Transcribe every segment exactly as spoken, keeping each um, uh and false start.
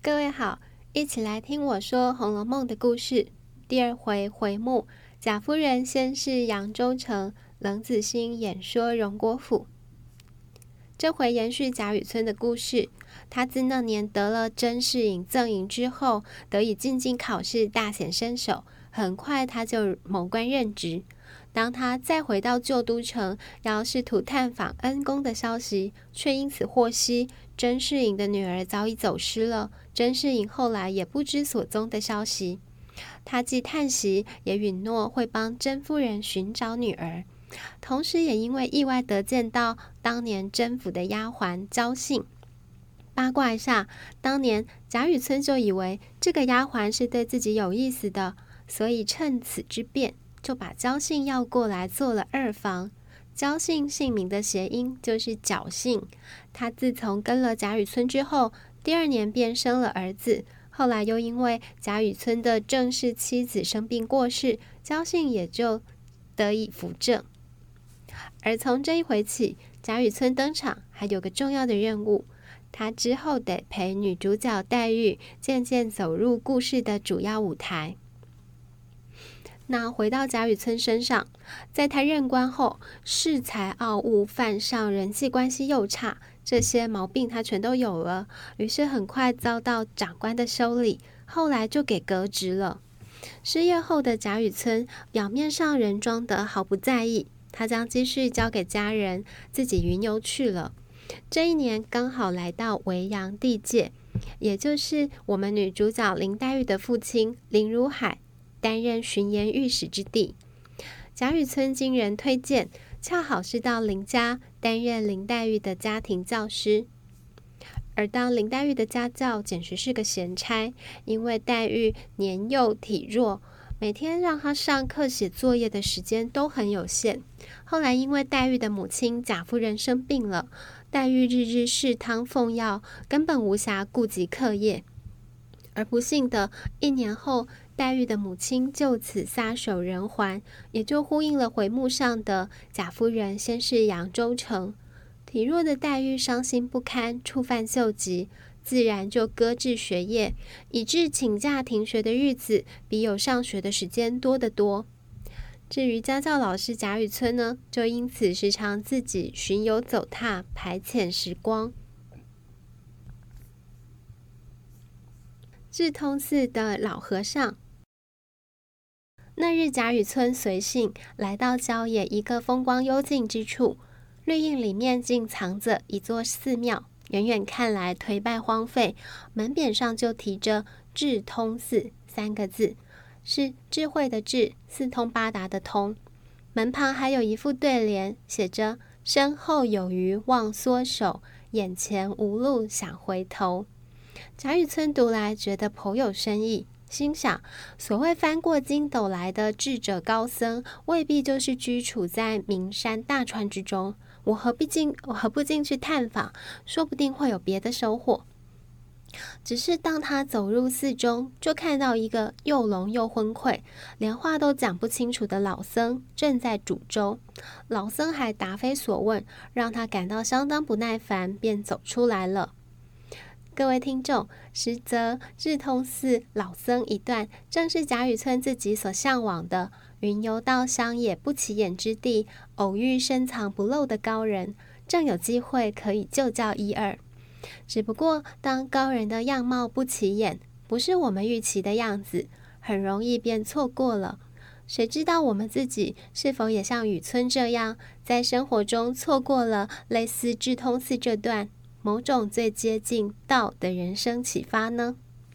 各位好，一起来听我说《红楼梦》的故事。第二回回目，贾夫人先是扬州城，冷子兴演说荣国府。这回延续贾雨村的故事，他自那年得了甄士隐赠银之后，得以进京考试，大显身手，很快他就谋官任职。当他再回到旧都城，要试图探访恩公的消息，却因此获悉甄士隐的女儿早已走失了，甄士隐后来也不知所踪的消息。他既叹息，也允诺会帮甄夫人寻找女儿，同时也因为意外得见到当年甄府的丫鬟焦信。八卦一下，当年贾雨村就以为这个丫鬟是对自己有意思的，所以趁此之便就把焦信要过来做了二房。焦信姓名的谐音就是侥幸，他自从跟了贾雨村之后，第二年便生了儿子，后来又因为贾雨村的正室妻子生病过世，焦信也就得以扶正。而从这一回起，贾雨村登场还有个重要的任务，他之后得陪女主角黛玉渐渐走入故事的主要舞台。那回到贾雨村身上，在他任官后，恃才傲物犯上，人际关系又差，这些毛病他全都有了，于是很快遭到长官的收理，后来就给革职了。失业后的贾雨村表面上仍装得毫不在意，他将积蓄交给家人，自己云游去了。这一年刚好来到维扬地界，也就是我们女主角林黛玉的父亲林如海担任巡盐御史之地。贾雨村经人推荐，恰好是到林家担任林黛玉的家庭教师。而当林黛玉的家教简直是个闲差，因为黛玉年幼体弱，每天让她上课写作业的时间都很有限。后来因为黛玉的母亲贾夫人生病了，黛玉日日侍汤奉药，根本无暇顾及课业。而不幸的，一年后黛玉的母亲就此撒手人寰，也就呼应了回目上的贾夫人先是扬州城。体弱的黛玉伤心不堪，触犯旧疾，自然就搁置学业，以致请假停学的日子比有上学的时间多得多。至于家教老师贾雨村呢，就因此时常自己巡游走踏，排遣时光。智通寺的老和尚。那日贾雨村随性来到郊野一个风光幽静之处，绿荫里面竟藏着一座寺庙，远远看来颓败荒废，门匾上就题着智通寺三个字，是智慧的智，四通八达的通。门旁还有一副对联，写着身后有余忘缩手，眼前无路想回头。贾雨村读来觉得颇有深意，心想所谓翻过筋斗来的智者高僧，未必就是居处在名山大川之中，我何必进我何不进去探访，说不定会有别的收获。只是当他走入寺中，就看到一个又聋又昏聩，连话都讲不清楚的老僧正在煮粥。老僧还答非所问，让他感到相当不耐烦，便走出来了。各位听众，实则智通寺老僧一段，正是贾雨村自己所向往的，云游到乡野不起眼之地，偶遇深藏不露的高人，正有机会可以就教一二。只不过当高人的样貌不起眼，不是我们预期的样子，很容易便错过了。谁知道我们自己是否也像雨村这样，在生活中错过了类似智通寺这段某种最接近道的人生启发呢？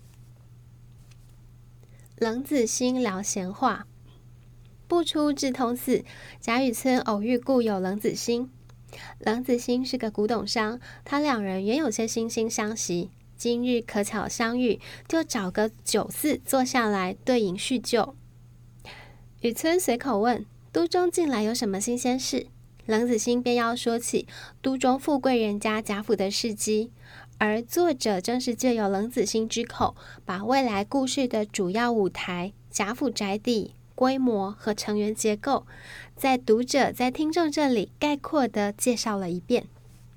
冷子兴聊闲话。不出智通寺，贾雨村偶遇故友冷子兴。冷子兴是个古董商，他两人原有些惺惺相惜，今日可巧相遇，就找个酒肆坐下来对饮叙旧。雨村随口问：都中近来有什么新鲜事？冷子兴便要说起都中富贵人家贾府的事迹，而作者正是借由冷子兴之口，把未来故事的主要舞台贾府宅邸、规模和成员结构，在读者在听众这里概括地介绍了一遍。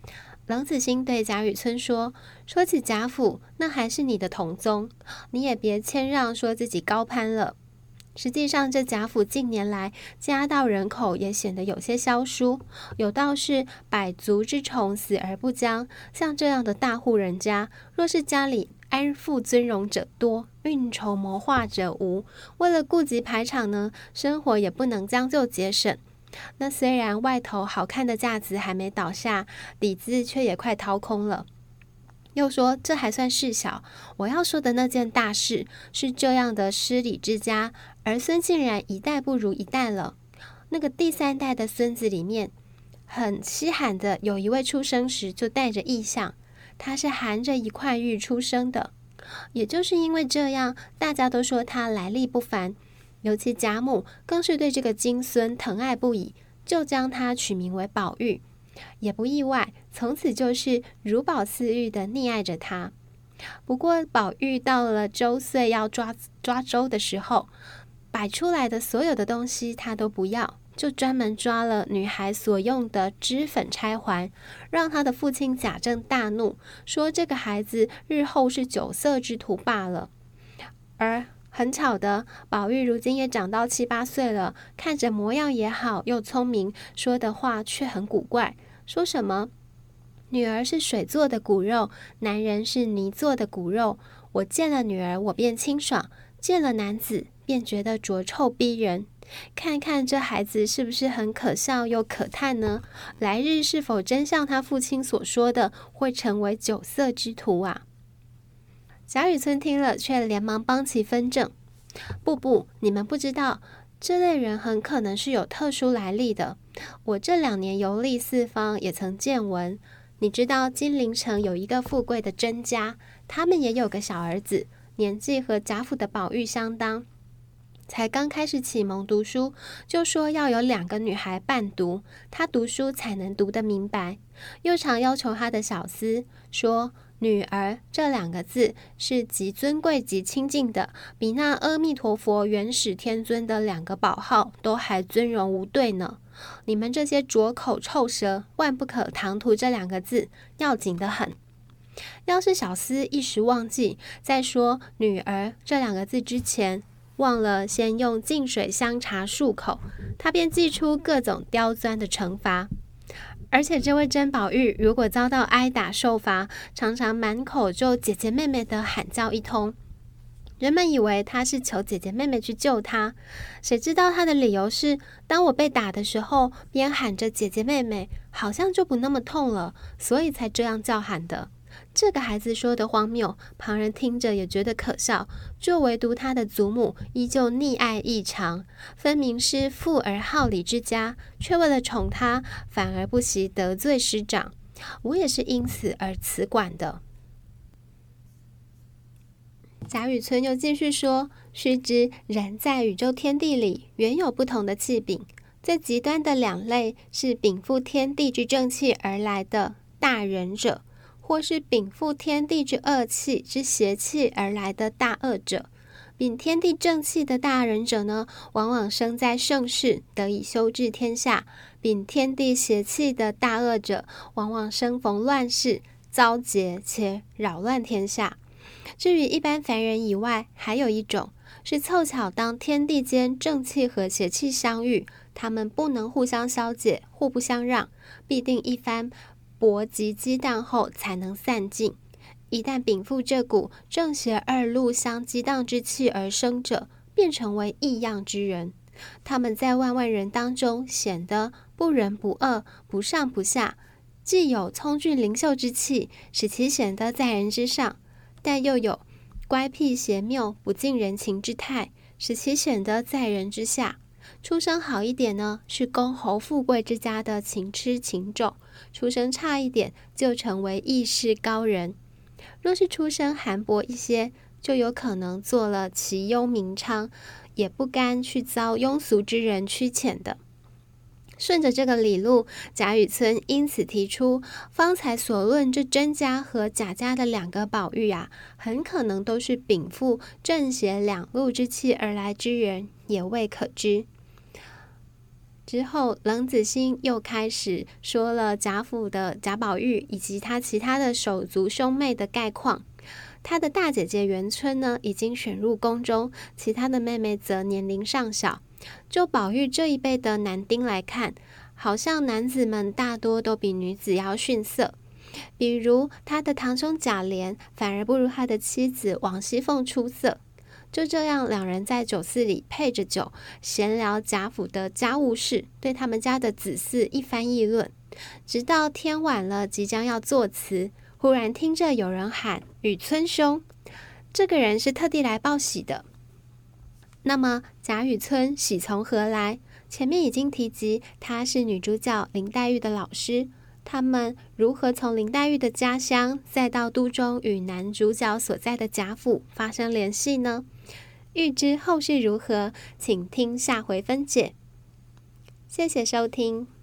冷子兴对贾雨村说：“说起贾府，那还是你的同宗，你也别谦让，说自己高攀了。实际上，这贾府近年来家道人口也显得有些萧疏，有道是百足之虫，死而不僵。像这样的大户人家，若是家里安富尊荣者多，运筹谋划者无，为了顾及排场呢，生活也不能将就节省。那虽然外头好看的架子还没倒下，底子却也快掏空了。又说这还算事小，我要说的那件大事是这样的失礼之家，儿孙竟然一代不如一代了。那个第三代的孙子里面，很稀罕的有一位出生时就带着异象，他是含着一块玉出生的。也就是因为这样，大家都说他来历不凡，尤其贾母更是对这个金孙疼爱不已，就将他取名为宝玉。也不意外，从此就是如宝似玉的溺爱着他。不过宝玉到了周岁要抓抓周的时候，摆出来的所有的东西他都不要，就专门抓了女孩所用的脂粉钗环，让他的父亲贾政大怒，说这个孩子日后是酒色之徒罢了。而很巧的，宝玉如今也长到七八岁了，看着模样也好，又聪明，说的话却很古怪，说什么女儿是水做的骨肉，男人是泥做的骨肉，我见了女儿我便清爽，见了男子便觉得浊臭逼人。看看这孩子是不是很可笑又可叹呢？来日是否真像他父亲所说的，会成为酒色之徒啊？贾雨村听了，却连忙帮其分证：不不，你们不知道，这类人很可能是有特殊来历的。我这两年游历四方，也曾见闻。你知道金陵城有一个富贵的甄家，他们也有个小儿子，年纪和贾府的宝玉相当，才刚开始启蒙读书，就说要有两个女孩伴读，他读书才能读得明白。又常要求他的小厮说，女儿这两个字是极尊贵极清净的，比那阿弥陀佛元始天尊的两个宝号都还尊荣无对呢。你们这些拙口臭舌，万不可唐突这两个字，要紧得很。要是小厮一时忘记，在说女儿这两个字之前，忘了先用净水香茶漱口，他便记出各种刁钻的惩罚。而且这位甄宝玉如果遭到挨打受罚，常常满口就姐姐妹妹的喊叫一通，人们以为他是求姐姐妹妹去救他，谁知道他的理由是，当我被打的时候，边喊着姐姐妹妹，好像就不那么痛了，所以才这样叫喊的。这个孩子说的荒谬，旁人听着也觉得可笑，就唯独他的祖母依旧溺爱异常，分明是富而好礼之家，却为了宠他，反而不惜得罪师长。我也是因此而辞管的。贾雨村又继续说，须知人在宇宙天地里原有不同的气禀，最极端的两类是禀赋天地之正气而来的大仁者，或是禀赋天地之恶气之邪气而来的大恶者。禀天地正气的大仁者呢，往往生在盛世，得以修治天下；禀天地邪气的大恶者，往往生逢乱世，遭劫且扰乱天下。至于一般凡人以外，还有一种是凑巧当天地间正气和邪气相遇，他们不能互相消解，互不相让，必定一番搏击激荡后才能散尽。一旦禀赋这股正邪二路相激荡之气而生者，便成为异样之人。他们在万万人当中显得不仁不恶，不上不下，既有聪俊灵秀之气，使其显得在人之上，但又有乖僻邪谬、不近人情之态，使其显得在人之下。出身好一点呢，是公侯富贵之家的情痴情种；出身差一点，就成为义士高人。若是出身寒薄一些，就有可能做了其庸名娼，也不甘去遭庸俗之人驱遣的。顺着这个理路，贾雨村因此提出，方才所论这甄家和贾家的两个宝玉啊，很可能都是禀赋正邪两路之气而来之人，也未可知。 之后，冷子兴又开始说了贾府的贾宝玉以及他其他的手足兄妹的概况。他的大姐姐元春呢，已经选入宫中，其他的妹妹则年龄尚小。就宝玉这一辈的男丁来看，好像男子们大多都比女子要逊色。比如他的堂兄贾琏，反而不如他的妻子王熙凤出色。就这样，两人在酒肆里配着酒，闲聊贾府的家务事，对他们家的子嗣一番议论。直到天晚了，即将要作辞，忽然听着有人喊雨村兄，这个人是特地来报喜的。那么贾雨村喜从何来？前面已经提及，他是女主角林黛玉的老师。他们如何从林黛玉的家乡，再到都中与男主角所在的贾府发生联系呢？欲知后事如何，请听下回分解。谢谢收听。